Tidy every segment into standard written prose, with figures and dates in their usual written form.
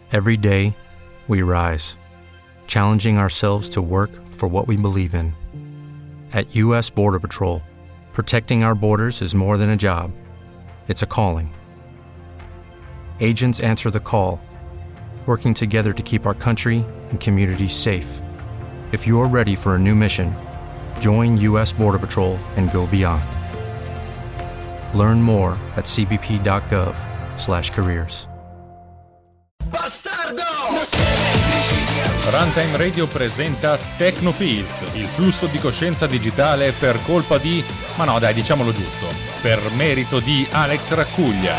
Every day, we rise, challenging ourselves to work for what we believe in. At U.S. Border Patrol, protecting our borders is more than a job. It's a calling. Agents answer the call, working together to keep our country and communities safe. If you're ready for a new mission, join U.S. Border Patrol and go beyond. Learn more at cbp.gov/careers. Bastardo! Runtime Radio presenta Technopills, il flusso di coscienza digitale per colpa di... ma no dai, diciamolo giusto, per merito di Alex Raccuglia.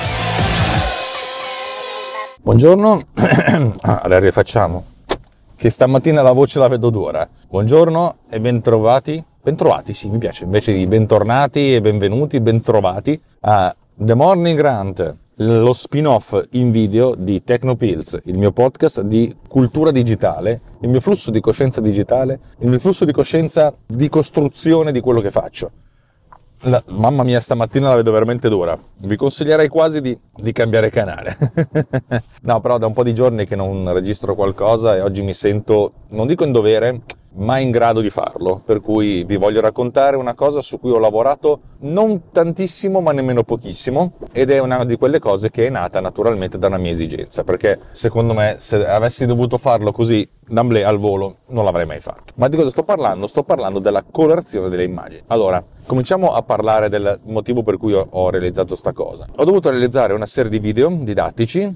Buongiorno, la rifacciamo, che stamattina la voce la vedo dura. Buongiorno e bentrovati, sì, mi piace, invece di bentornati e benvenuti, bentrovati a The Morning Rant, lo spin-off in video di Technopills, il mio podcast di cultura digitale, il mio flusso di coscienza digitale, il mio flusso di coscienza di costruzione di quello che faccio. Mamma mia, stamattina la vedo veramente dura. Vi consiglierei quasi di cambiare canale. No, però da un po' di giorni che non registro qualcosa e oggi mi sento, non dico in dovere, ma in grado di farlo, per cui vi voglio raccontare una cosa su cui ho lavorato non tantissimo ma nemmeno pochissimo, ed è una di quelle cose che è nata naturalmente da una mia esigenza, perché secondo me se avessi dovuto farlo così d'amblè al volo non l'avrei mai fatto. Ma di cosa sto parlando? Sto parlando della colorazione delle immagini. Allora, cominciamo a parlare del motivo per cui ho realizzato sta cosa. Ho dovuto realizzare una serie di video didattici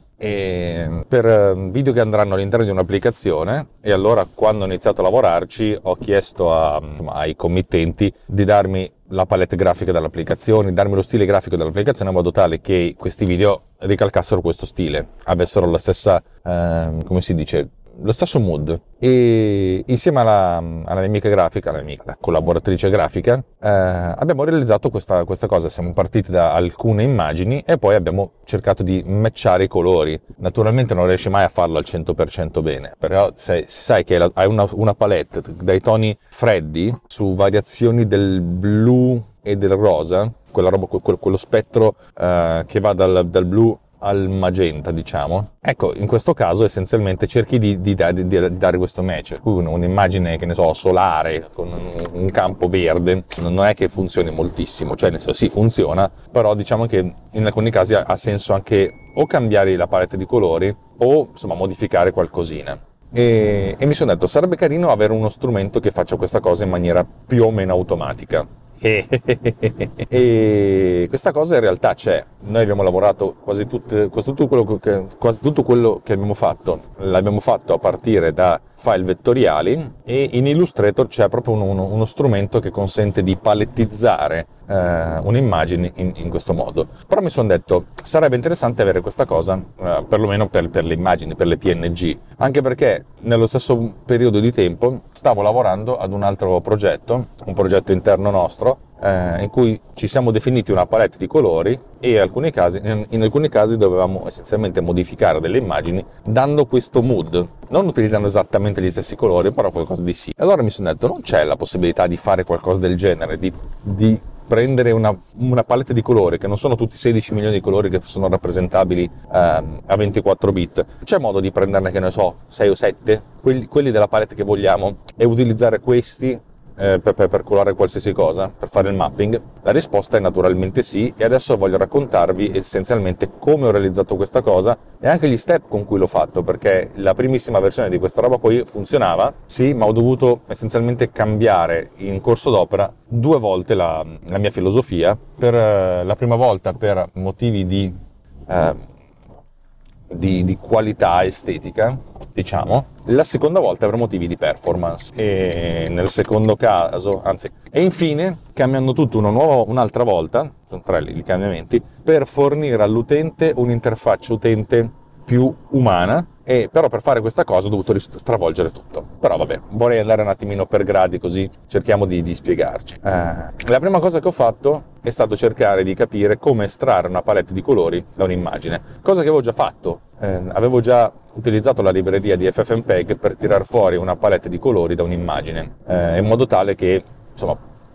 per video che andranno all'interno di un'applicazione, e allora quando ho iniziato a lavorarci ho chiesto ai committenti di darmi la palette grafica dell'applicazione, darmi lo stile grafico dell'applicazione in modo tale che questi video ricalcassero questo stile, avessero la stessa, come si dice, lo stesso mood. E insieme alla mia amica grafica, la collaboratrice grafica, abbiamo realizzato questa cosa. Siamo partiti da alcune immagini e poi abbiamo cercato di matchare i colori. Naturalmente non riesci mai a farlo al 100% bene, però se sai che hai una palette dai toni freddi su variazioni del blu e del rosa, quella roba, quello spettro che va dal blu al magenta, diciamo. Ecco, in questo caso essenzialmente cerchi di dare questo match, un'immagine, che ne so, solare con un campo verde non è che funzioni moltissimo, cioè nel senso sì funziona, però diciamo che in alcuni casi ha senso anche o cambiare la palette di colori o insomma modificare qualcosina. E mi sono detto, sarebbe carino avere uno strumento che faccia questa cosa in maniera più o meno automatica. E questa cosa in realtà c'è. Noi abbiamo lavorato quasi tutto quello che abbiamo fatto l'abbiamo fatto a partire da file vettoriali, e in Illustrator c'è proprio uno strumento che consente di palettizzare un'immagine in questo modo. Però mi sono detto, sarebbe interessante avere questa cosa perlomeno per le immagini, per le PNG, anche perché nello stesso periodo di tempo stavo lavorando ad un altro progetto, un progetto interno nostro, in cui ci siamo definiti una palette di colori, e in alcuni casi dovevamo essenzialmente modificare delle immagini dando questo mood, non utilizzando esattamente gli stessi colori, però qualcosa di sì. Allora mi sono detto, non c'è la possibilità di fare qualcosa del genere, di prendere una palette di colori, che non sono tutti 16 milioni di colori che sono rappresentabili a 24 bit. C'è modo di prenderne, che ne so, 6 o 7, quelli della palette che vogliamo, e utilizzare questi per colorare qualsiasi cosa, per fare il mapping? La risposta è naturalmente sì, e adesso voglio raccontarvi essenzialmente come ho realizzato questa cosa e anche gli step con cui l'ho fatto, perché la primissima versione di questa roba poi funzionava, sì, ma ho dovuto essenzialmente cambiare in corso d'opera 2 volte la mia filosofia. Per la prima volta per motivi di qualità estetica, diciamo, la seconda volta per motivi di performance, e nel secondo caso, e infine cambiando tutto un'altra volta, sono 3 i cambiamenti, per fornire all'utente un'interfaccia utente più umana. E però per fare questa cosa ho dovuto stravolgere tutto. Però vabbè, vorrei andare un attimino per gradi, così cerchiamo di spiegarci. La prima cosa che ho fatto è stato cercare di capire come estrarre una palette di colori da un'immagine, cosa che avevo già fatto. Avevo già utilizzato la libreria di FFmpeg per tirar fuori una palette di colori da un'immagine, in modo tale che insomma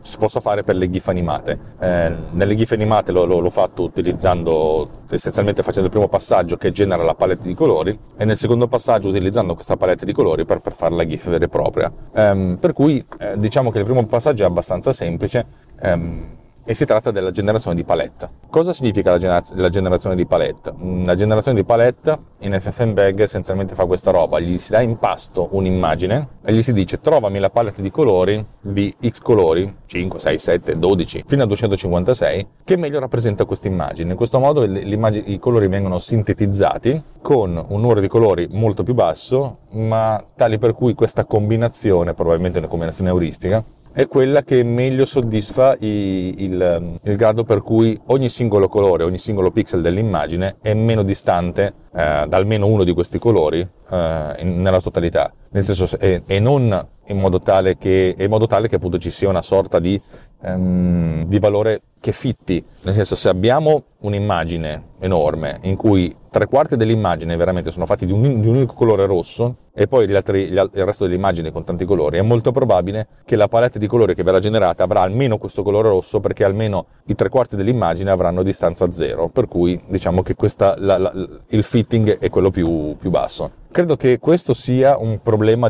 si possa fare per le GIF animate. Nelle GIF animate l'ho fatto utilizzando, essenzialmente facendo il primo passaggio che genera la palette di colori, e nel secondo passaggio utilizzando questa palette di colori per fare la GIF vera e propria. Per cui diciamo che il primo passaggio è abbastanza semplice, e si tratta della generazione di palette. Cosa significa la generazione di palette? La generazione di palette in FFmpeg essenzialmente fa questa roba: gli si dà in pasto un'immagine e gli si dice trovami la palette di colori di X colori, 5, 6, 7, 12, fino a 256, che meglio rappresenta questa immagine. In questo modo i colori vengono sintetizzati con un numero di colori molto più basso, ma tali per cui questa combinazione, probabilmente una combinazione euristica, è quella che meglio soddisfa il grado per cui ogni singolo colore, ogni singolo pixel dell'immagine è meno distante da almeno uno di questi colori nella totalità, nel senso, e non in modo tale che appunto ci sia una sorta di valore che fitti, nel senso, se abbiamo un'immagine enorme in cui 3/4 dell'immagine veramente sono fatti di un unico colore rosso e poi il resto dell'immagine con tanti colori, è molto probabile che la palette di colori che verrà generata avrà almeno questo colore rosso, perché almeno i 3/4 dell'immagine avranno distanza zero, per cui diciamo che il fitting è quello più basso. Credo che questo sia un problema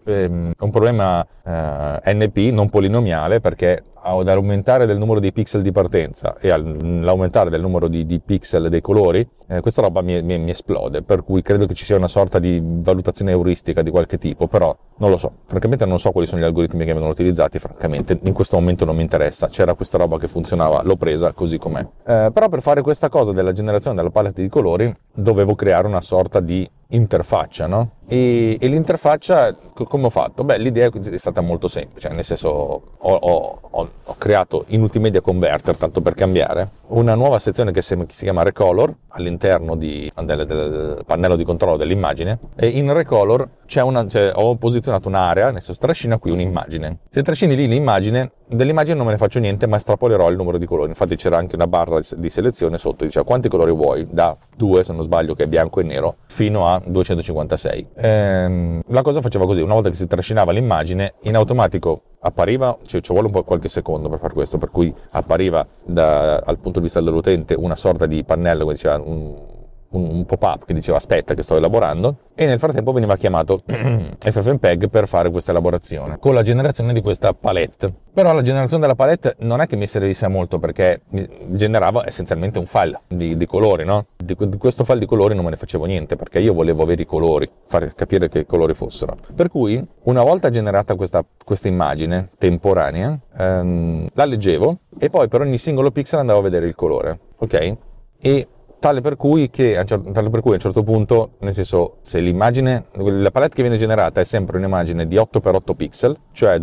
NP non polinomiale, perché ad del numero di pixel di partenza e all'aumentare del numero di pixel dei colori, questa roba mi esplode, per cui credo che ci sia una sorta di valutazione euristica di qualche tipo, però non lo so, francamente non so quali sono gli algoritmi che vengono utilizzati, francamente in questo momento non mi interessa, c'era questa roba che funzionava, l'ho presa così com'è. Però per fare questa cosa della generazione della palette di colori dovevo creare una sorta di interfaccia, no? E l'interfaccia come ho fatto? Beh, l'idea è stata molto semplice, nel senso ho creato in Ultimedia Converter, tanto per cambiare, una nuova sezione che si chiama Recolor all'interno del pannello di controllo dell'immagine, e in Recolor ho posizionato un'area, nel senso trascina qui un'immagine. Se trascini lì l'immagine, dell'immagine non me ne faccio niente, ma estrapolerò il numero di colori. Infatti c'era anche una barra di selezione sotto, diceva quanti colori vuoi, da 2 se non sbaglio, che è bianco e nero, fino a 256. La cosa faceva così: una volta che si trascinava l'immagine, in automatico appariva, ci vuole un po' qualche secondo per fare questo, per cui appariva al punto di vista dell'utente una sorta di pannello, come diceva un pop-up che diceva aspetta che sto elaborando, e nel frattempo veniva chiamato FFmpeg per fare questa elaborazione con la generazione di questa palette. Però la generazione della palette non è che mi servisse molto, perché mi generava essenzialmente un file di colori, no? Di questo file di colori non me ne facevo niente, perché io volevo avere i colori, fare capire che colori fossero. Per cui una volta generata questa immagine temporanea, la leggevo e poi per ogni singolo pixel andavo a vedere il colore, ok? E tale per cui a un certo punto, nel senso, se la palette che viene generata è sempre un'immagine di 8x8 pixel, cioè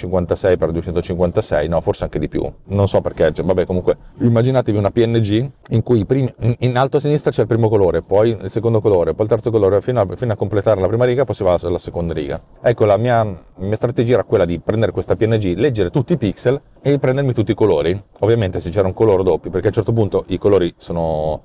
256x256, no, forse anche di più, non so perché, vabbè, comunque immaginatevi una PNG in cui in alto a sinistra c'è il primo colore, poi il secondo colore, poi il terzo colore, fino a completare la prima riga, poi si va alla seconda riga. Ecco, la mia strategia era quella di prendere questa PNG, leggere tutti i pixel e prendermi tutti i colori, ovviamente se c'era un colore doppio, perché a un certo punto i colori sono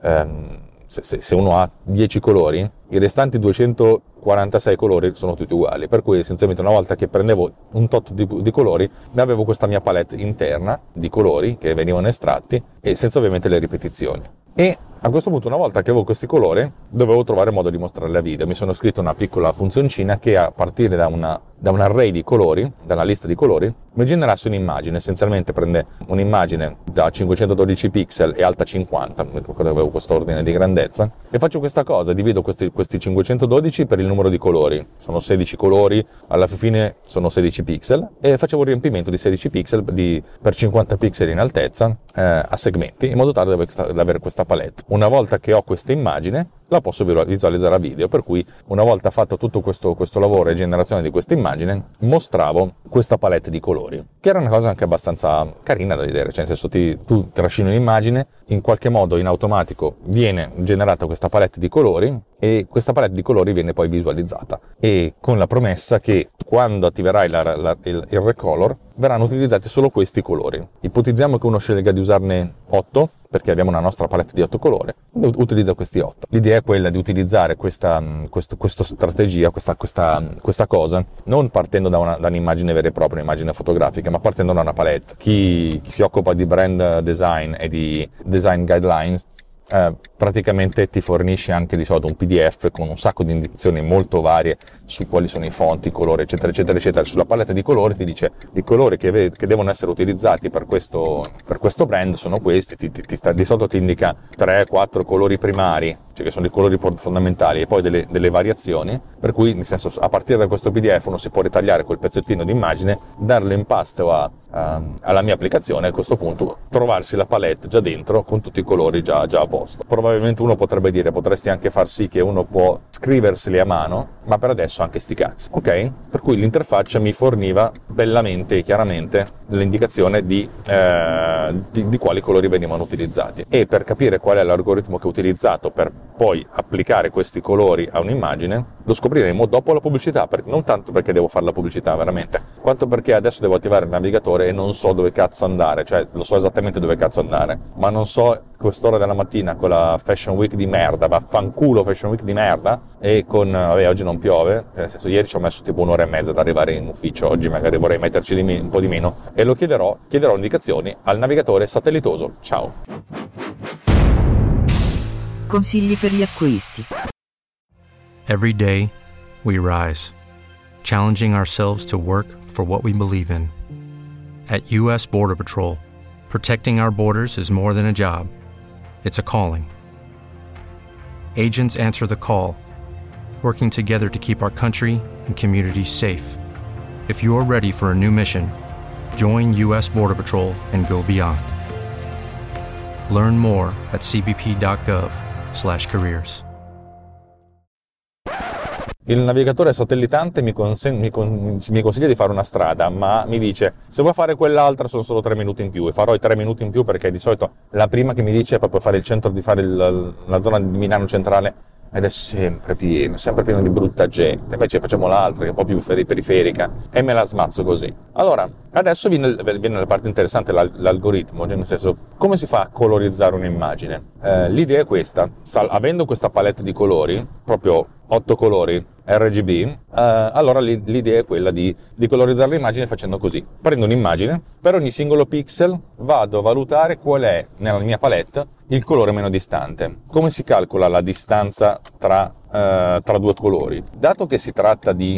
se uno ha 10 colori, i restanti 246 colori sono tutti uguali, per cui essenzialmente una volta che prendevo un tot di colori, ne avevo questa mia palette interna di colori che venivano estratti, e senza ovviamente le ripetizioni. E a questo punto, una volta che avevo questi colori, dovevo trovare modo di mostrarli a video. Mi sono scritto una piccola funzioncina che, a partire da un array di colori, da una lista di colori, mi generasse un'immagine. Essenzialmente prende un'immagine da 512 pixel e alta 50, mi ricordo che avevo questo ordine di grandezza, e faccio questa cosa: divido questi 512 per il numero di colori, sono 16 colori, alla fine sono 16 pixel, e facevo un riempimento di 16 pixel per 50 pixel in altezza a segmenti, in modo tale da avere questa palette. Una volta che ho questa immagine, la posso visualizzare a video, per cui una volta fatto tutto questo lavoro e generazione di questa immagine, mostravo questa palette di colori, che era una cosa anche abbastanza carina da vedere, cioè nel senso tu trascini un'immagine, in qualche modo in automatico viene generata questa palette di colori, e questa palette di colori viene poi visualizzata. e con la promessa che quando attiverai il recolor verranno utilizzati solo questi colori. Ipotizziamo che uno scelga di usarne 8, perché abbiamo una nostra palette di 8 colori, utilizza questi 8. L'idea è quella di utilizzare questa strategia, questa cosa, non partendo da un'immagine vera e propria, un'immagine fotografica, ma partendo da una palette. Chi si occupa di brand design e di design guidelines praticamente ti fornisce anche di solito un PDF con un sacco di indicazioni molto varie su quali sono i fonti, i colori, eccetera eccetera eccetera. Sulla palette di colori ti dice i colori che devono essere utilizzati per questo brand sono questi, di solito ti indica 3-4 colori primari, cioè che sono i colori fondamentali, e poi delle variazioni, per cui nel senso a partire da questo PDF uno si può ritagliare quel pezzettino di immagine, darlo in pasto alla mia applicazione, e a questo punto trovarsi la palette già dentro con tutti i colori già a posto. Probabilmente uno potrebbe dire, potresti anche far sì che uno può scriverseli a mano, ma per adesso anche sti cazzi, ok? Per cui l'interfaccia mi forniva bellamente e chiaramente l'indicazione di quali colori venivano utilizzati, e per capire qual è l'algoritmo che ho utilizzato per poi applicare questi colori a un'immagine lo scopriremo dopo la pubblicità, non tanto perché devo fare la pubblicità veramente, quanto perché adesso devo attivare il navigatore e non so dove cazzo andare, cioè lo so esattamente dove cazzo andare, ma non so quest'ora della mattina con la Fashion Week di merda, vaffanculo Fashion Week di merda, e oggi non piove, nel senso ieri ci ho messo tipo un'ora e mezza ad arrivare in ufficio, oggi magari vorrei metterci un po' di meno, e lo chiederò indicazioni al navigatore satellitoso. Ciao. Consigli per gli acquisti. Every day, we rise, challenging ourselves to work for what we believe in. At U.S. Border Patrol, protecting our borders is more than a job. It's a calling. Agents answer the call, working together to keep our country and communities safe. If you're ready for a new mission, join U.S. Border Patrol and go beyond. Learn more at cbp.gov/careers. Il navigatore satellitante mi consiglia di fare una strada, ma mi dice se vuoi fare quell'altra sono solo 3 minuti in più, e farò i 3 minuti in più perché di solito la prima che mi dice è proprio fare il centro, di fare la zona di Milano centrale, ed è sempre pieno di brutta gente. Invece facciamo l'altra che è un po' più periferica e me la smazzo così. Allora, adesso viene la parte interessante, l'algoritmo, cioè nel senso, come si fa a colorizzare un'immagine? L'idea è questa: avendo questa palette di colori, proprio 8 colori RGB, allora l'idea è quella di colorizzare l'immagine facendo così: prendo un'immagine, per ogni singolo pixel vado a valutare qual è nella mia palette il colore meno distante. Come si calcola la distanza tra due colori? Dato che si tratta di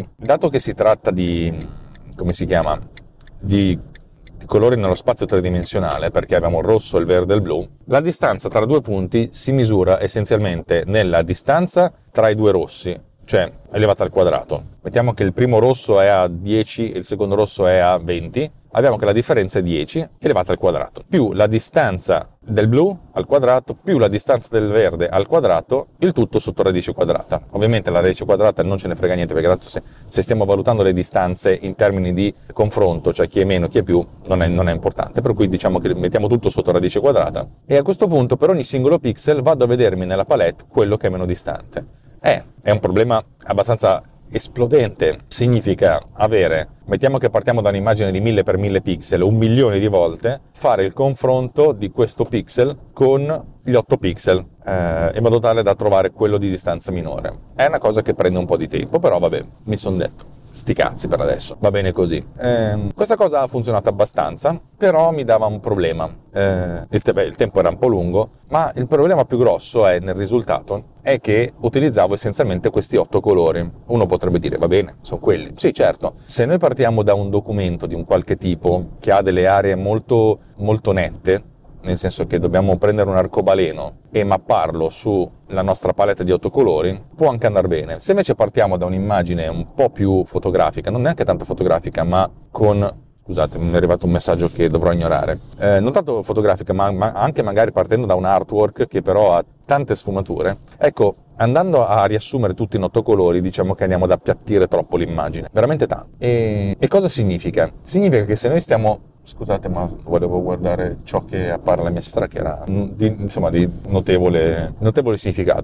come si chiama? Di colori nello spazio tridimensionale, perché abbiamo il rosso, il verde e il blu, la distanza tra due punti si misura essenzialmente nella distanza tra i due rossi, cioè elevata al quadrato. Mettiamo che il primo rosso è a 10 e il secondo rosso è a 20, abbiamo che la differenza è 10 elevata al quadrato, più la distanza del blu al quadrato, più la distanza del verde al quadrato, il tutto sotto radice quadrata. Ovviamente la radice quadrata non ce ne frega niente, perché tanto se stiamo valutando le distanze in termini di confronto, cioè chi è meno, chi è più, non è importante, per cui diciamo che mettiamo tutto sotto radice quadrata, e a questo punto per ogni singolo pixel vado a vedermi nella palette quello che è meno distante. È un problema abbastanza esplodente. Significa avere, mettiamo che partiamo da un'immagine di 1000 per 1000 pixel, 1 milione di volte, fare il confronto di questo pixel con gli 8 pixel, in modo tale da trovare quello di distanza minore. È una cosa che prende un po' di tempo, però vabbè, mi sono detto, sti cazzi per adesso, va bene così. Questa cosa ha funzionato abbastanza, però mi dava un problema. Il tempo era un po' lungo, ma il problema più grosso nel risultato è che utilizzavo essenzialmente questi 8 colori. Uno potrebbe dire, va bene, sono quelli. Sì, certo, se noi partiamo da un documento di un qualche tipo che ha delle aree molto, molto nette, nel senso che dobbiamo prendere un arcobaleno e mapparlo sulla nostra palette di 8 colori, può anche andare bene. Se invece partiamo da un'immagine un po' più fotografica, non neanche tanto fotografica, ma con... Scusate, mi è arrivato un messaggio che dovrò ignorare. Non tanto fotografica, ma anche magari partendo da un artwork che però ha tante sfumature. Ecco, andando a riassumere tutto in 8 colori, diciamo che andiamo ad appiattire troppo l'immagine. Veramente tanto. E cosa significa? Significa che se noi stiamo... Scusate, ma volevo guardare ciò che appare alla mia sfera, che era di notevole significato.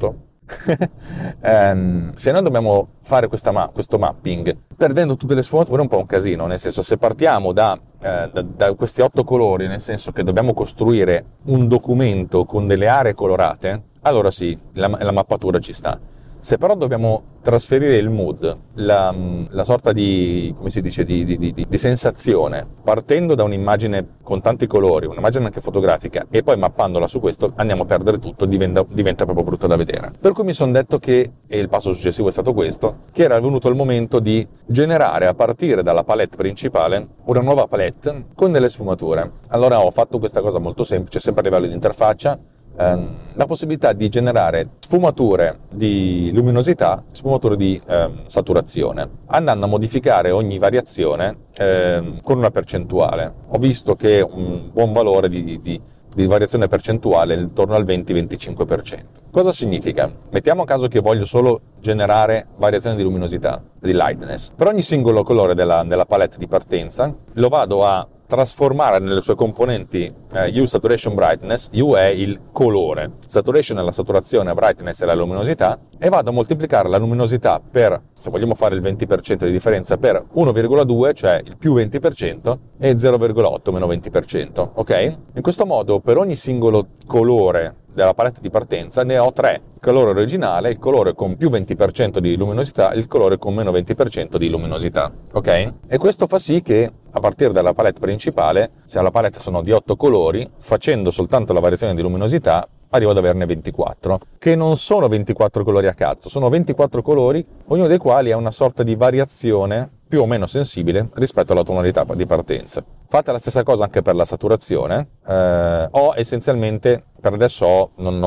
Se noi dobbiamo fare questo mapping perdendo tutte le sfumature è un po' un casino, nel senso, se partiamo da questi 8 colori, nel senso che dobbiamo costruire un documento con delle aree colorate, allora sì, la mappatura ci sta. Se però dobbiamo trasferire il mood, la sorta di, come si dice, di sensazione, partendo da un'immagine con tanti colori, un'immagine anche fotografica, e poi mappandola su questo, andiamo a perdere tutto, diventa proprio brutto da vedere. Per cui mi sono detto che, e il passo successivo è stato questo, che era venuto il momento di generare a partire dalla palette principale una nuova palette con delle sfumature. Allora ho fatto questa cosa molto semplice, sempre a livello di interfaccia, la possibilità di generare sfumature di luminosità, sfumature di saturazione, andando a modificare ogni variazione con una percentuale. Ho visto che un buon valore di variazione percentuale è intorno al 20-25%. Cosa significa? Mettiamo a caso che voglio solo generare variazione di luminosità, di lightness. Per ogni singolo colore della palette di partenza lo vado a trasformare nelle sue componenti Hue, Saturation, Brightness. Hue è il colore, Saturation è la saturazione, Brightness è la luminosità, e vado a moltiplicare la luminosità per, se vogliamo fare il 20% di differenza, per 1,2, cioè il più 20%, e 0,8 meno 20%, ok? In questo modo per ogni singolo colore della palette di partenza ne ho 3: il colore originale, il colore con più 20% di luminosità e il colore con meno 20% di luminosità, ok? E questo fa sì che a partire dalla palette principale, se la palette sono di 8 colori, facendo soltanto la variazione di luminosità arrivo ad averne 24, che non sono 24 colori a cazzo, sono 24 colori, ognuno dei quali ha una sorta di variazione più o meno sensibile rispetto alla tonalità di partenza. Fate la stessa cosa anche per la saturazione. Ho essenzialmente, per adesso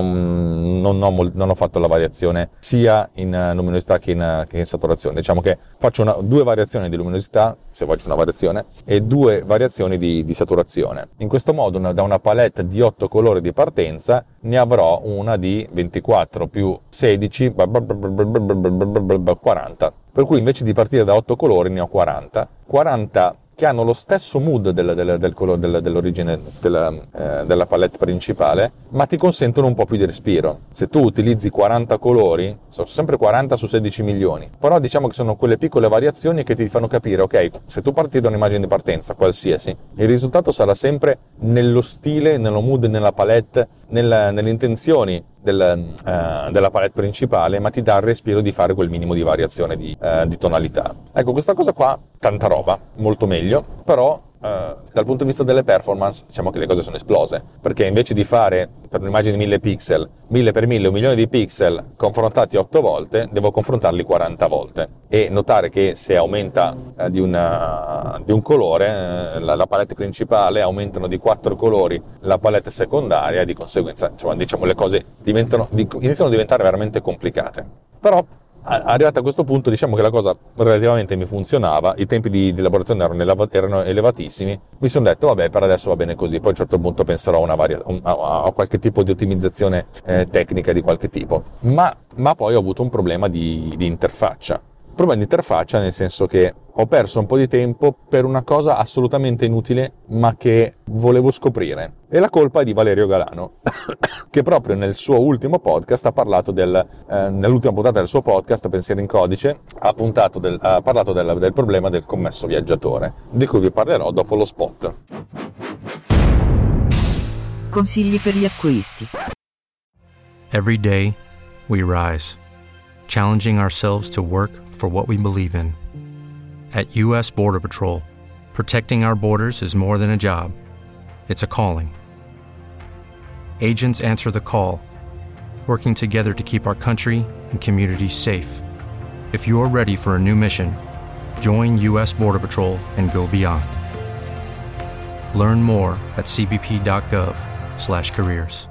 non ho fatto la variazione sia in luminosità che in saturazione. Diciamo che faccio 2 variazioni di luminosità, se faccio una variazione, e 2 variazioni di saturazione. In questo modo, da una palette di 8 colori di partenza, ne avrò una di 24 più 16, 40. Per cui invece di partire da 8 colori ne ho 40 che hanno lo stesso mood dell'origine della palette principale, ma ti consentono un po' più di respiro. Se tu utilizzi 40 colori, sono sempre 40 su 16 milioni, però diciamo che sono quelle piccole variazioni che ti fanno capire, ok, se tu parti da un'immagine di partenza qualsiasi, il risultato sarà sempre nello stile, nello mood, nella palette, nelle intenzioni della palette principale, ma ti dà il respiro di fare quel minimo di variazione di tonalità. Ecco, questa cosa qua, tanta roba, molto meglio, però dal punto di vista delle performance diciamo che le cose sono esplose, perché invece di fare per un'immagine 1000 pixel, 1000 per 1000, 1 milione di pixel confrontati 8 volte, devo confrontarli 40 volte, e notare che se aumenta di un colore la palette principale, aumentano di 4 colori la palette secondaria, e di conseguenza diciamo le cose iniziano a diventare veramente complicate. Però arrivato a questo punto, diciamo che la cosa relativamente mi funzionava, i tempi di elaborazione erano elevatissimi, mi sono detto vabbè, per adesso va bene così, poi a un certo punto penserò a qualche tipo di ottimizzazione tecnica di qualche tipo, ma poi ho avuto un problema di interfaccia. Problema di interfaccia nel senso che ho perso un po' di tempo per una cosa assolutamente inutile, ma che volevo scoprire. E la colpa è di Valerio Galano, che proprio nel suo ultimo podcast ha parlato nell'ultima puntata del suo podcast, Pensieri in Codice, ha parlato del problema del commesso viaggiatore, di cui vi parlerò dopo lo spot. Consigli per gli acquisti. Every day, we rise, challenging ourselves to work for what we believe in. At U.S. Border Patrol, protecting our borders is more than a job. It's a calling. Agents answer the call, working together to keep our country and communities safe. If you're ready for a new mission, join U.S. Border Patrol and go beyond. Learn more at cbp.gov/careers.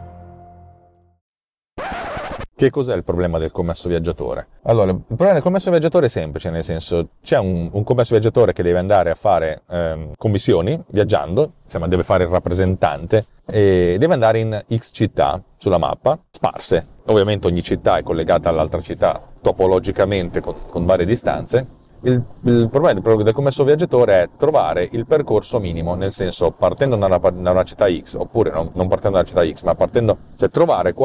Che cos'è il problema del commesso viaggiatore? Allora, il problema del commesso viaggiatore è semplice, nel senso, c'è un commesso viaggiatore che deve andare a fare commissioni viaggiando, deve fare il rappresentante, e deve andare in X città sulla mappa, sparse. Ovviamente ogni città è collegata all'altra città topologicamente con varie distanze. Il problema del commesso viaggiatore è trovare il percorso minimo, nel senso, partendo da una città X, oppure non partendo da una città X, ma trovare qual è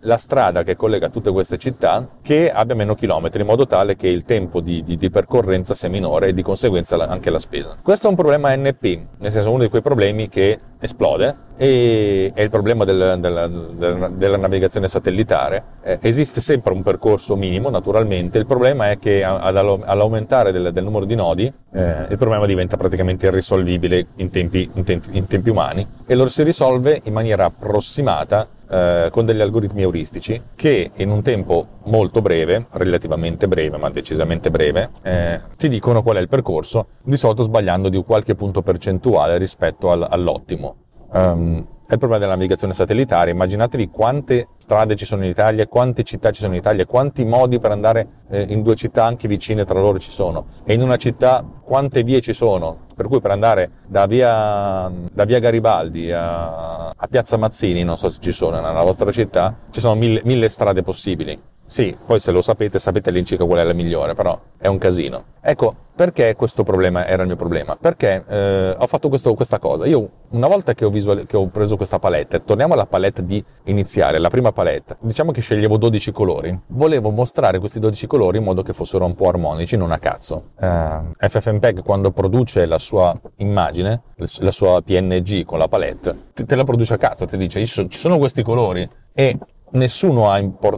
la strada che collega tutte queste città che abbia meno chilometri, in modo tale che il tempo di percorrenza sia minore e di conseguenza anche la spesa. Questo è un problema NP, nel senso uno di quei problemi che esplode, e è il problema della navigazione satellitare. Esiste sempre un percorso minimo, naturalmente. Il problema è che all'aumentare del numero di nodi il problema diventa praticamente irrisolvibile in tempi umani, e lo si risolve in maniera approssimata con degli algoritmi euristici che in un tempo molto breve, relativamente breve ma decisamente breve, ti dicono qual è il percorso, di solito sbagliando di qualche punto percentuale rispetto all'ottimo. È il problema della navigazione satellitare. Immaginatevi quante strade ci sono in Italia, quante città ci sono in Italia, quanti modi per andare in due città anche vicine tra loro ci sono, e in una città quante vie ci sono, per cui per andare da via Garibaldi a Piazza Mazzini, non so se ci sono nella vostra città, ci sono mille strade possibili. Sì, poi se lo sapete all'incirca qual è la migliore, però è un casino. Ecco, perché questo problema era il mio problema? Perché ho fatto questa cosa. Io, una volta che ho preso questa palette, torniamo alla palette iniziale, la prima palette, diciamo che sceglievo 12 colori, volevo mostrare questi 12 colori in modo che fossero un po' armonici, non a cazzo. FFmpeg, quando produce la sua immagine, la sua PNG con la palette, te la produce a cazzo, ti dice ci sono questi colori e nessuno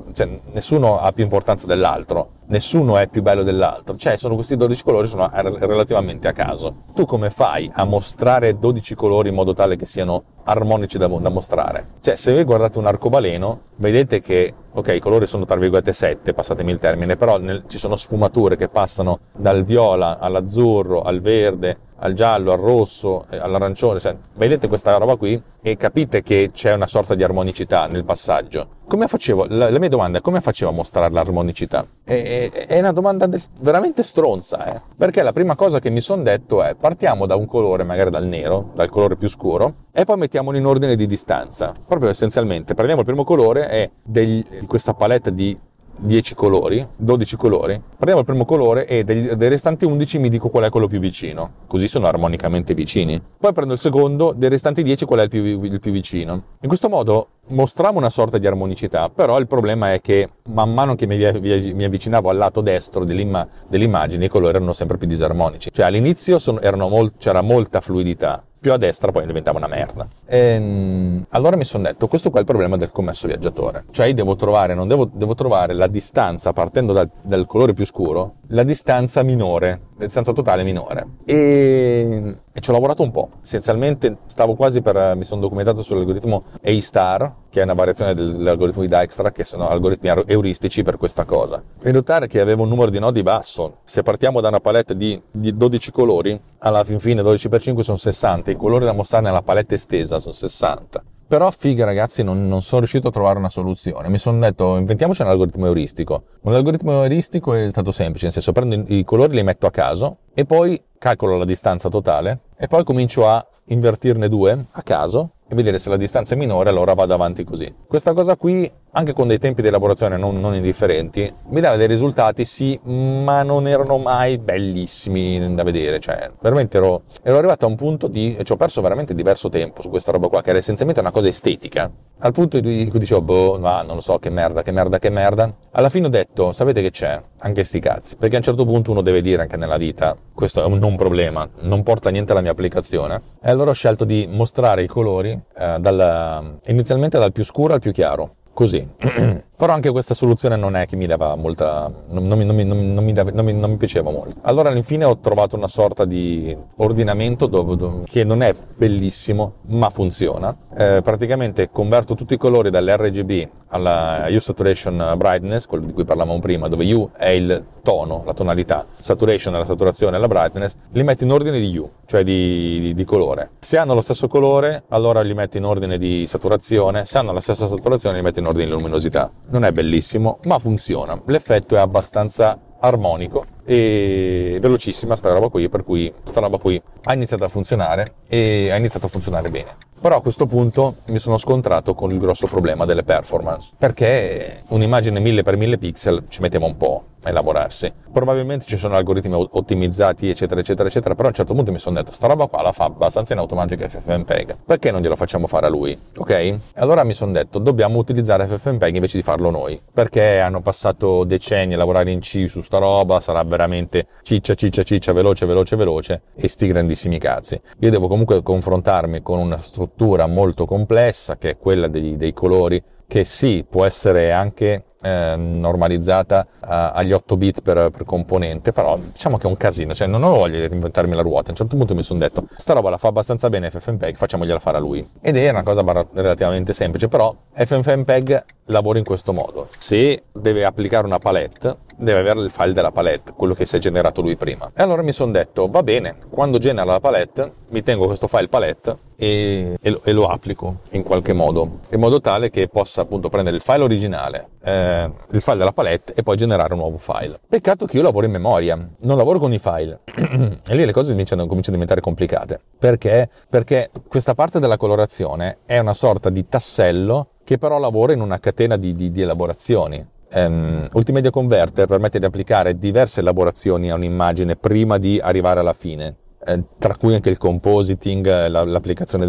ha più importanza dell'altro, nessuno è più bello dell'altro, cioè sono questi 12 colori, sono relativamente a caso. Tu come fai a mostrare 12 colori in modo tale che siano armonici da mostrare? Cioè, se voi guardate un arcobaleno, vedete che, ok, i colori sono tra virgolette 7, passatemi il termine, però ci sono sfumature che passano dal viola all'azzurro, al verde, al giallo, al rosso, all'arancione. Cioè, vedete questa roba qui e capite che c'è una sorta di armonicità nel passaggio. Come facevo? La mia domanda è: come facevo a mostrare l'armonicità? È una domanda veramente stronza, perché la prima cosa che mi sono detto è: partiamo da un colore, magari dal nero, dal colore più scuro, e poi mettiamolo in ordine di distanza. Proprio essenzialmente prendiamo il primo colore e di questa palette di 10 colori, 12 colori, prendiamo il primo colore e dei restanti 11 mi dico qual è quello più vicino, così sono armonicamente vicini. Poi prendo il secondo, dei restanti 10 qual è il più vicino. In questo modo mostravo una sorta di armonicità, però il problema è che man mano che mi avvicinavo al lato destro dell'immagine, i colori erano sempre più disarmonici. Cioè all'inizio c'era molta fluidità, più a destra poi diventava una merda. Allora mi sono detto: questo qua è il problema del commesso viaggiatore. Cioè devo trovare la distanza, partendo dal colore più scuro, la distanza minore, la distanza totale minore. E ci ho lavorato un po'. Essenzialmente mi sono documentato sull'algoritmo A-star, che è una variazione dell'algoritmo di Dijkstra, che sono algoritmi euristici per questa cosa. E notare che avevo un numero di nodi basso. Se partiamo da una palette di 12 colori, alla fine 12 per 5 sono 60, i colori da mostrare nella palette estesa sono 60. Però figa, ragazzi, non sono riuscito a trovare una soluzione. Mi sono detto: inventiamoci un algoritmo euristico. Un algoritmo euristico è stato semplice, nel senso, prendo i colori, li metto a caso e poi calcolo la distanza totale e poi comincio a invertirne due a caso e vedere se la distanza è minore, allora vado avanti così. Questa cosa qui, anche con dei tempi di elaborazione non indifferenti, mi dava dei risultati, sì, ma non erano mai bellissimi da vedere. Cioè, veramente ero arrivato a un punto ci ho perso veramente diverso tempo su questa roba qua, che era essenzialmente una cosa estetica, al punto di cui dicevo: non lo so, che merda. Alla fine ho detto: sapete che c'è? Anche sti cazzi. Perché a un certo punto uno deve dire anche nella vita: questo è un non problema, non porta niente alla mia applicazione. E allora ho scelto di mostrare i colori inizialmente dal più scuro al più chiaro, così. Però anche questa soluzione non è che mi dava molta, non mi piaceva molto. Allora all'infine ho trovato una sorta di ordinamento che non è bellissimo ma funziona. Praticamente converto tutti i colori dall'RGB alla Hue Saturation Brightness, quello di cui parlavamo prima, dove Hue è il tono, la tonalità, Saturation è la saturazione e la Brightness, li metto in ordine di Hue, cioè di colore. Se hanno lo stesso colore, allora li metto in ordine di saturazione; se hanno la stessa saturazione, li metto in ordine di luminosità. Non è bellissimo, ma funziona. L'effetto è abbastanza armonico e velocissima sta roba qui, per cui sta roba qui ha iniziato a funzionare e ha iniziato a funzionare bene. Però a questo punto mi sono scontrato con il grosso problema delle performance, perché un'immagine 1000x1000 pixel ci mettiamo un po' a elaborarsi. Probabilmente ci sono algoritmi ottimizzati eccetera eccetera eccetera, però a un certo punto mi sono detto sta roba qua la fa abbastanza in automatico FFmpeg, perché non glielo facciamo fare a lui, ok? Allora mi sono detto dobbiamo utilizzare FFmpeg invece di farlo noi, perché hanno passato decenni a lavorare in C su sta roba, sarà veramente ciccia veloce e sti grandissimi cazzi. Io devo comunque confrontarmi con una struttura molto complessa che è quella dei colori, che sì, può essere anche normalizzata agli 8 bit per componente, però diciamo che è un casino, cioè non ho voglia di reinventarmi la ruota. A un certo punto mi sono detto sta roba la fa abbastanza bene FFmpeg, facciamogliela fare a lui, ed è una cosa relativamente semplice. Però FFmpeg lavora in questo modo: se deve applicare una palette deve avere il file della palette, quello che si è generato lui prima, e allora mi sono detto va bene, quando genera la palette mi tengo questo file palette e lo applico in qualche modo, in modo tale che possa appunto prendere il file originale, il file della palette, e poi generare un nuovo file. Peccato che io lavoro in memoria, non lavoro con i file e lì le cose cominciano a diventare complicate. Perché questa parte della colorazione è una sorta di tassello che però lavora in una catena di elaborazioni. Ultimedia Converter permette di applicare diverse elaborazioni a un'immagine prima di arrivare alla fine, tra cui anche il compositing, l'applicazione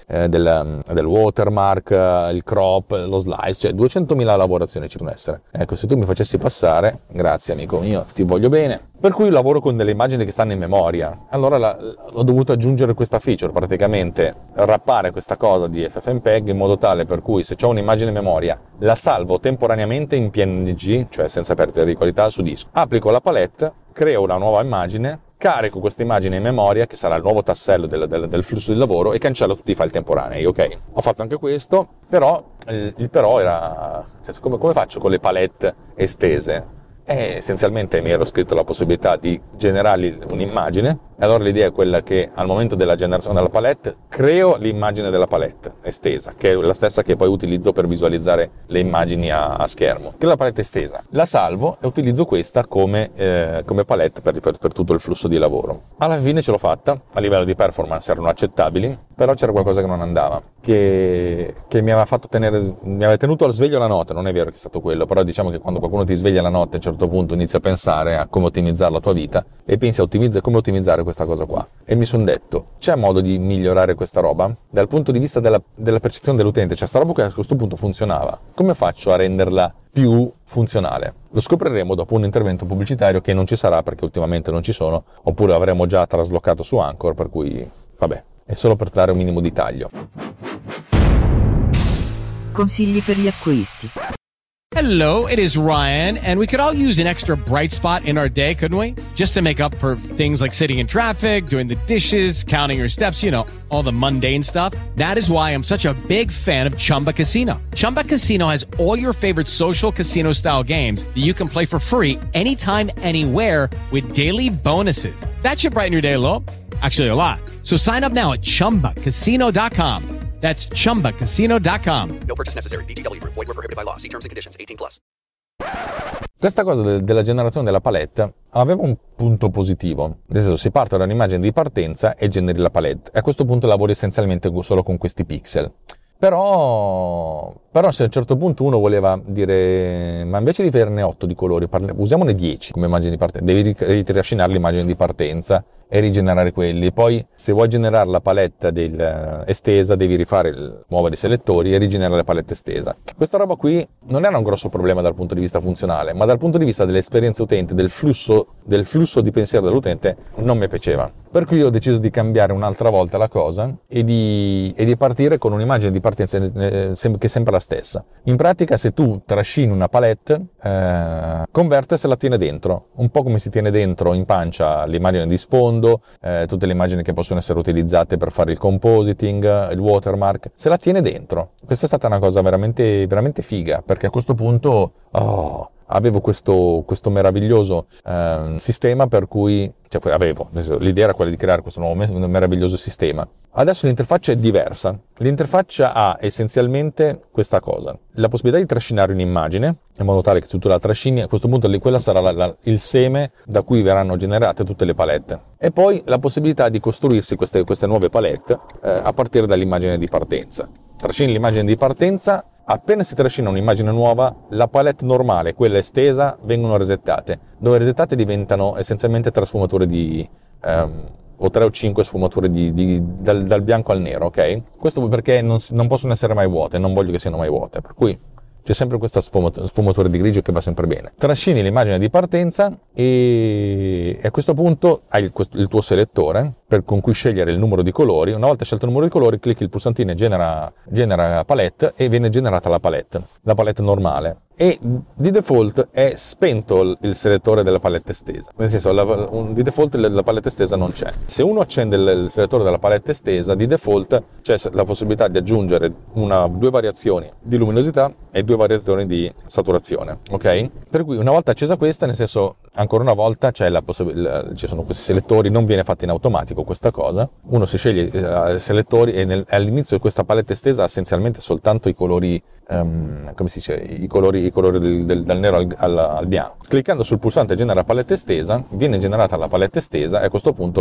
del watermark, il crop, lo slice, cioè 200.000 lavorazioni ci devono essere. Ecco, se tu mi facessi passare, grazie amico mio, ti voglio bene. Per cui lavoro con delle immagini che stanno in memoria. Allora ho dovuto aggiungere questa feature, praticamente wrappare questa cosa di FFmpeg in modo tale per cui se ho un'immagine in memoria la salvo temporaneamente in PNG, cioè senza perdita di qualità, su disco. Applico la palette, creo una nuova immagine, carico questa immagine in memoria, che sarà il nuovo tassello del flusso di lavoro, e cancello tutti i file temporanei, ok? Ho fatto anche questo, però il però era... Cioè, come faccio con le palette estese? Essenzialmente mi ero scritto la possibilità di generargli un'immagine, e allora l'idea è quella che al momento della generazione della palette creo l'immagine della palette estesa, che è la stessa che poi utilizzo per visualizzare le immagini a schermo, che è la palette estesa. La salvo e utilizzo questa come palette per tutto il flusso di lavoro. Alla fine ce l'ho fatta, a livello di performance erano accettabili, però c'era qualcosa che non andava, che mi aveva tenuto al sveglio la notte. Non è vero che è stato quello, però diciamo che quando qualcuno ti sveglia la notte, a un certo punto inizi a pensare a come ottimizzare la tua vita e pensi a come ottimizzare questa cosa qua. E mi sono detto, c'è modo di migliorare questa roba dal punto di vista della percezione dell'utente? Cioè sta roba che a questo punto funzionava, come faccio a renderla più funzionale? Lo scopriremo dopo un intervento pubblicitario che non ci sarà, perché ultimamente non ci sono, oppure avremo già traslocato su Anchor, per cui vabbè, è solo per dare un minimo di taglio. Consigli per gli acquisti. Hello, it is Ryan, and we could all use an extra bright spot in our day, couldn't we? Just to make up for things like sitting in traffic, doing the dishes, counting your steps, you know, all the mundane stuff. That is why I'm such a big fan of Chumba Casino. Chumba Casino has all your favorite social casino-style games that you can play for free anytime, anywhere with daily bonuses. That should brighten your day a little. Actually, a lot. So sign up now at ChumbaCasino.com. That's ChumbaCasino.com. No purchase necessary. VGW Group. Void where prohibited by law. See terms and conditions. 18+. Questa cosa della generazione della palette aveva un punto positivo, nel senso si parte da un'immagine di partenza e generi la palette, e a questo punto lavori essenzialmente solo con questi pixel. Però se a un certo punto uno voleva dire ma invece di averne 8 di colori usiamone 10 come immagine di partenza, devi ritrascinare l'immagine di partenza e rigenerare quelli. Poi se vuoi generare la palette estesa devi muovere i selettori e rigenerare la palette estesa. Questa roba qui non era un grosso problema dal punto di vista funzionale, ma dal punto di vista dell'esperienza utente, del flusso di pensiero dell'utente, non mi piaceva. Per cui ho deciso di cambiare un'altra volta la cosa e di partire con un'immagine di partenza che è sempre la stessa. In pratica, se tu trascini una palette, Converter se la tiene dentro, un po' come si tiene dentro in pancia l'immagine di sfondo, tutte le immagini che possono essere utilizzate per fare il compositing, il watermark, se la tiene dentro. Questa è stata una cosa veramente, veramente figa, perché a questo punto avevo questo meraviglioso sistema per cui, l'idea era quella di creare questo nuovo meraviglioso sistema. Adesso l'interfaccia è diversa. L'interfaccia ha essenzialmente questa cosa: la possibilità di trascinare un'immagine in modo tale che se tu la trascini, a questo punto quella sarà il seme da cui verranno generate tutte le palette, e poi la possibilità di costruirsi queste nuove palette a partire dall'immagine di partenza. Trascini l'immagine di partenza, appena si trascina un'immagine nuova, la palette normale, quella estesa, vengono resettate. Dove resettate diventano essenzialmente tre sfumature o 3 o 5 sfumature dal bianco al nero, ok? Questo perché non possono essere mai vuote, non voglio che siano mai vuote, per cui c'è sempre questa sfumatura di grigio che va sempre bene. Trascini l'immagine di partenza e a questo punto hai il tuo selettore con cui scegliere il numero di colori. Una volta scelto il numero di colori, clicchi il pulsantino e genera palette, e viene generata la palette normale. E di default è spento il selettore della palette estesa, nel senso di default la palette estesa non c'è. Se uno accende il selettore della palette estesa, di default c'è la possibilità di aggiungere 2 variazioni di luminosità e 2 variazioni di saturazione, ok? Per cui una volta accesa questa, nel senso, ancora una volta ci sono questi selettori, non viene fatto in automatico questa cosa, uno si sceglie i selettori e all'inizio questa palette estesa ha essenzialmente soltanto i colori, come si dice, i colori dal nero al bianco. Cliccando sul pulsante genera palette estesa, viene generata la palette estesa e a questo punto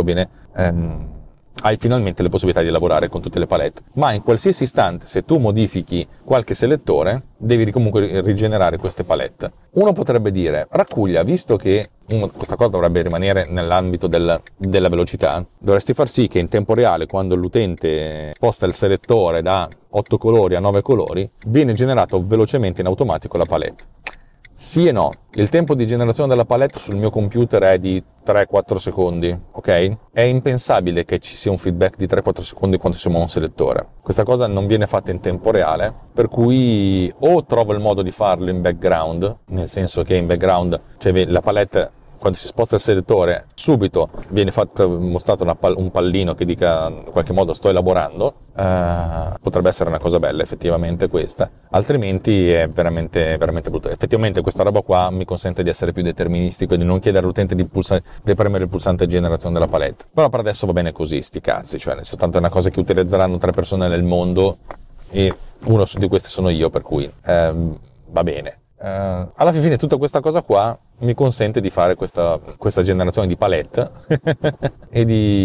hai finalmente le possibilità di lavorare con tutte le palette. Ma in qualsiasi istante, se tu modifichi qualche selettore, devi comunque rigenerare queste palette. Uno potrebbe dire: Raccuglia, visto che questa cosa dovrebbe rimanere nell'ambito della velocità, dovresti far sì che in tempo reale, quando l'utente sposta il selettore da 8 colori a 9 colori, viene generato velocemente in automatico la palette. Sì e no. Il tempo di generazione della palette sul mio computer è di 3-4 secondi, ok? È impensabile che ci sia un feedback di 3-4 secondi quando si muove un selettore. Questa cosa non viene fatta in tempo reale, per cui o trovo il modo di farlo in background, nel senso che in background, cioè la palette, quando si sposta il selettore, subito viene mostrato un pallino che dica in qualche modo sto elaborando. Potrebbe essere una cosa bella effettivamente questa, altrimenti è veramente brutto. Effettivamente questa roba qua mi consente di essere più deterministico e di non chiedere all'utente di premere il pulsante generazione della palette. Però per adesso va bene così, sti cazzi, cioè soltanto è una cosa che utilizzeranno 3 persone nel mondo e uno di questi sono io, per cui va bene. Alla fine tutta questa cosa qua mi consente di fare questa generazione di palette e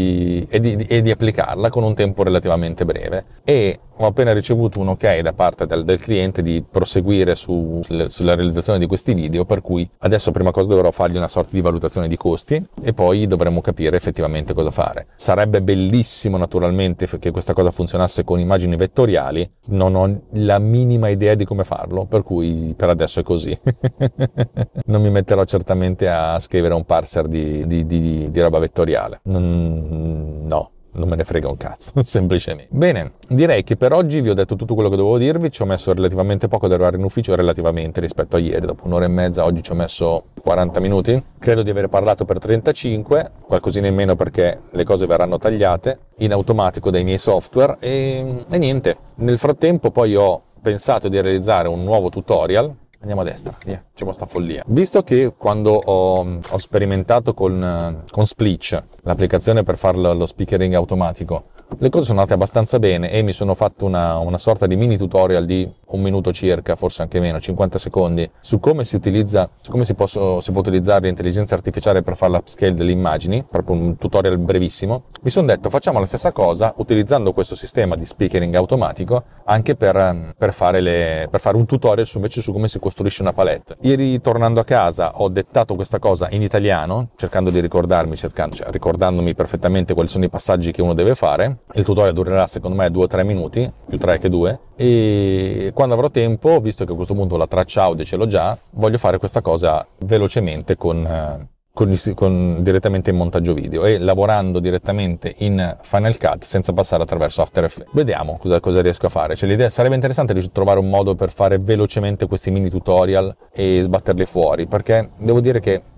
di applicarla con un tempo relativamente breve, e ho appena ricevuto un ok da parte del cliente di proseguire sulla realizzazione di questi video, per cui adesso prima cosa dovrò fargli una sorta di valutazione di costi e poi dovremo capire effettivamente cosa fare. Sarebbe bellissimo naturalmente che questa cosa funzionasse con immagini vettoriali, non ho la minima idea di come farlo, per cui per adesso è così. Non mi metterò certamente a scrivere un parser di roba vettoriale. No, non me ne frega un cazzo, semplicemente. Bene, direi che per oggi vi ho detto tutto quello che dovevo dirvi. Ci ho messo relativamente poco ad arrivare in ufficio, relativamente rispetto a ieri. Dopo un'ora e mezza, oggi ci ho messo 40 minuti. Credo di aver parlato per 35, qualcosina in meno perché le cose verranno tagliate in automatico dai miei software e niente. Nel frattempo poi ho pensato di realizzare un nuovo tutorial. Andiamo a destra, via, facciamo sta follia. Visto che quando ho sperimentato con Splitch, l'applicazione per fare lo speakering automatico, le cose sono andate abbastanza bene e mi sono fatto una sorta di mini tutorial di 1 minuto circa, forse anche meno, 50 secondi, su come si può utilizzare l'intelligenza artificiale per fare l'upscale delle immagini, proprio un tutorial brevissimo. Mi sono detto, facciamo la stessa cosa utilizzando questo sistema di speakering automatico anche per fare un tutorial invece su come si costruisce una palette. Ieri tornando a casa ho dettato questa cosa in italiano, cercando di ricordandomi perfettamente quali sono i passaggi che uno deve fare. Il tutorial durerà secondo me 2 o 3 minuti, più 3 che 2, e quando avrò tempo, visto che a questo punto la traccia audio ce l'ho già, voglio fare questa cosa velocemente direttamente in montaggio video e lavorando direttamente in Final Cut senza passare attraverso After Effects. Vediamo cosa riesco a fare. L'idea sarebbe interessante trovare un modo per fare velocemente questi mini tutorial e sbatterli fuori, perché devo dire che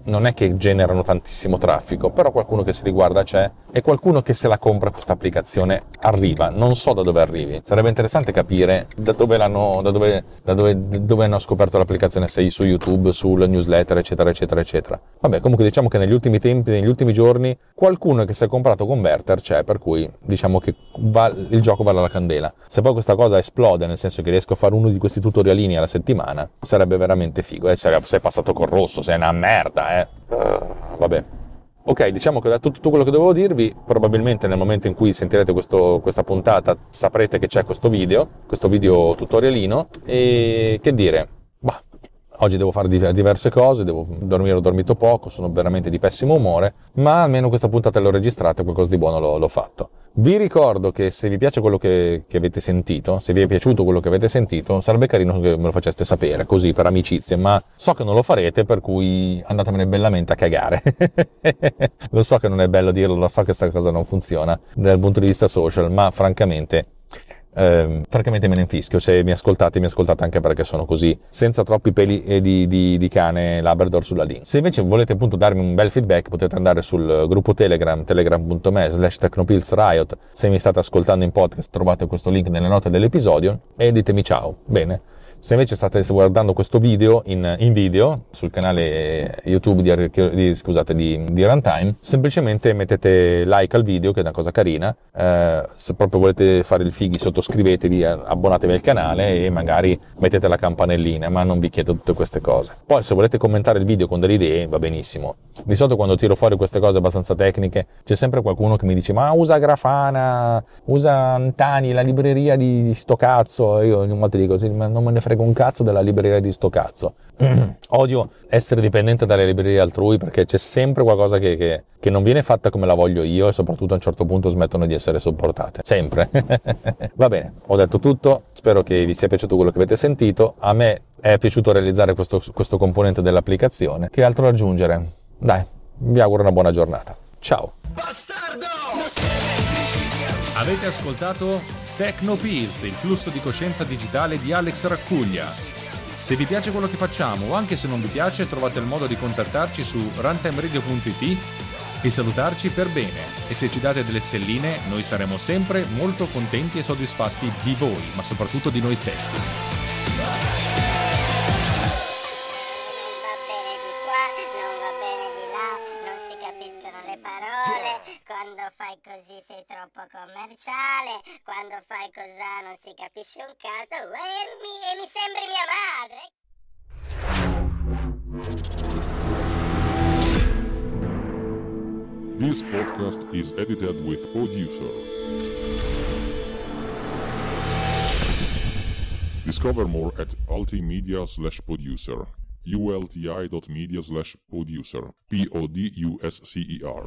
non è che generano tantissimo traffico, però qualcuno che si riguarda c'è, e qualcuno che se la compra questa applicazione arriva. Non so da dove arrivi, sarebbe interessante capire da dove hanno scoperto l'applicazione, se su YouTube, sul newsletter, eccetera eccetera eccetera. Vabbè, comunque diciamo che negli ultimi tempi, negli ultimi giorni, qualcuno che si è comprato Converter c'è, per cui diciamo che il gioco vale la candela. Se poi questa cosa esplode, nel senso che riesco a fare uno di questi tutorialini alla settimana, sarebbe veramente figo. Sei passato col rosso, sei una merda, vabbè. Ok, diciamo che ho detto tutto quello che dovevo dirvi. Probabilmente nel momento in cui sentirete questa puntata saprete che c'è questo video tutorialino, e che dire, oggi devo fare diverse cose, devo dormire, ho dormito poco, sono veramente di pessimo umore, ma almeno questa puntata l'ho registrata e qualcosa di buono l'ho fatto. Vi ricordo che se vi piace quello che avete sentito, se vi è piaciuto quello che avete sentito, sarebbe carino che me lo faceste sapere, così per amicizie, ma so che non lo farete, per cui andatemene bellamente a cagare. Lo so che non è bello dirlo, lo so che sta cosa non funziona dal punto di vista social, ma francamente me ne infischio. Se mi ascoltate anche perché sono così, senza troppi peli di cane Labrador sulla lingua. Se invece volete appunto darmi un bel feedback, potete andare sul gruppo telegram.me/technopillsriot. Se mi state ascoltando in podcast, trovate questo link nelle note dell'episodio, e ditemi ciao. Bene. Se invece state guardando questo video in video sul canale YouTube di Runtime, semplicemente mettete like al video, che è una cosa carina. Se proprio volete fare il fighi, sottoscrivetevi, abbonatevi al canale e magari mettete la campanellina, ma non vi chiedo tutte queste cose. Poi se volete commentare il video con delle idee, va benissimo. Di solito quando tiro fuori queste cose abbastanza tecniche, c'è sempre qualcuno che mi dice: ma usa Grafana, usa Antani, la libreria di sto cazzo. E io ogni volta dico: sì, ma non me ne frega un cazzo della libreria di sto cazzo. Odio essere dipendente dalle librerie altrui, perché c'è sempre qualcosa che non viene fatta come la voglio io, e soprattutto a un certo punto smettono di essere sopportate, sempre. Va bene, ho detto tutto, spero che vi sia piaciuto quello che avete sentito. A me è piaciuto realizzare questo componente dell'applicazione. Che altro aggiungere? Dai, vi auguro una buona giornata. Ciao. Bastardo! Avete ascoltato Tecnopills, il flusso di coscienza digitale di Alex Raccuglia. Se vi piace quello che facciamo, o anche se non vi piace, trovate il modo di contattarci su runtimeradio.it e salutarci per bene. E se ci date delle stelline, noi saremo sempre molto contenti e soddisfatti di voi, ma soprattutto di noi stessi. Quando fai così sei troppo commerciale, quando fai cosà non si capisce un cazzo, e mi sembri mia madre. This podcast is edited with Producer. Discover more at ultimedia/producer. ulti.media/producer. PODUSCER.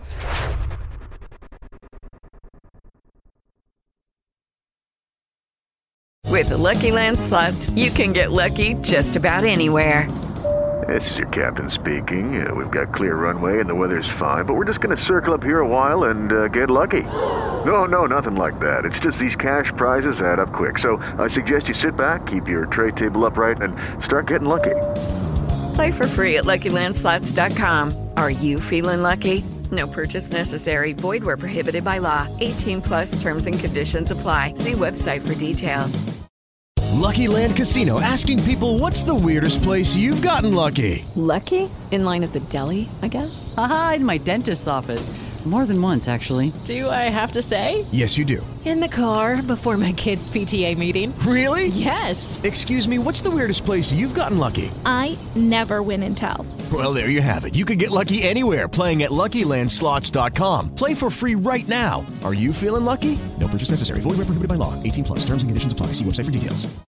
With the Lucky Land Slots, you can get lucky just about anywhere. This is your captain speaking. We've got clear runway and the weather's fine, but we're just going to circle up here a while and get lucky. No, nothing like that. It's just these cash prizes add up quick. So I suggest you sit back, keep your tray table upright, and start getting lucky. Play for free at LuckyLandSlots.com. Are you feeling lucky? No purchase necessary. Void where prohibited by law. 18+ terms and conditions apply. See website for details. Lucky Land Casino, asking people, what's the weirdest place you've gotten lucky? Lucky? In line at the deli, I guess? Aha, in my dentist's office. More than once, actually. Do I have to say? Yes, you do. In the car before my kids' PTA meeting. Really? Yes. Excuse me, what's the weirdest place you've gotten lucky? I never win and tell. Well, there you have it. You can get lucky anywhere, playing at LuckyLandSlots.com. Play for free right now. Are you feeling lucky? No purchase necessary. Void where prohibited by law. 18+. Terms and conditions apply. See website for details.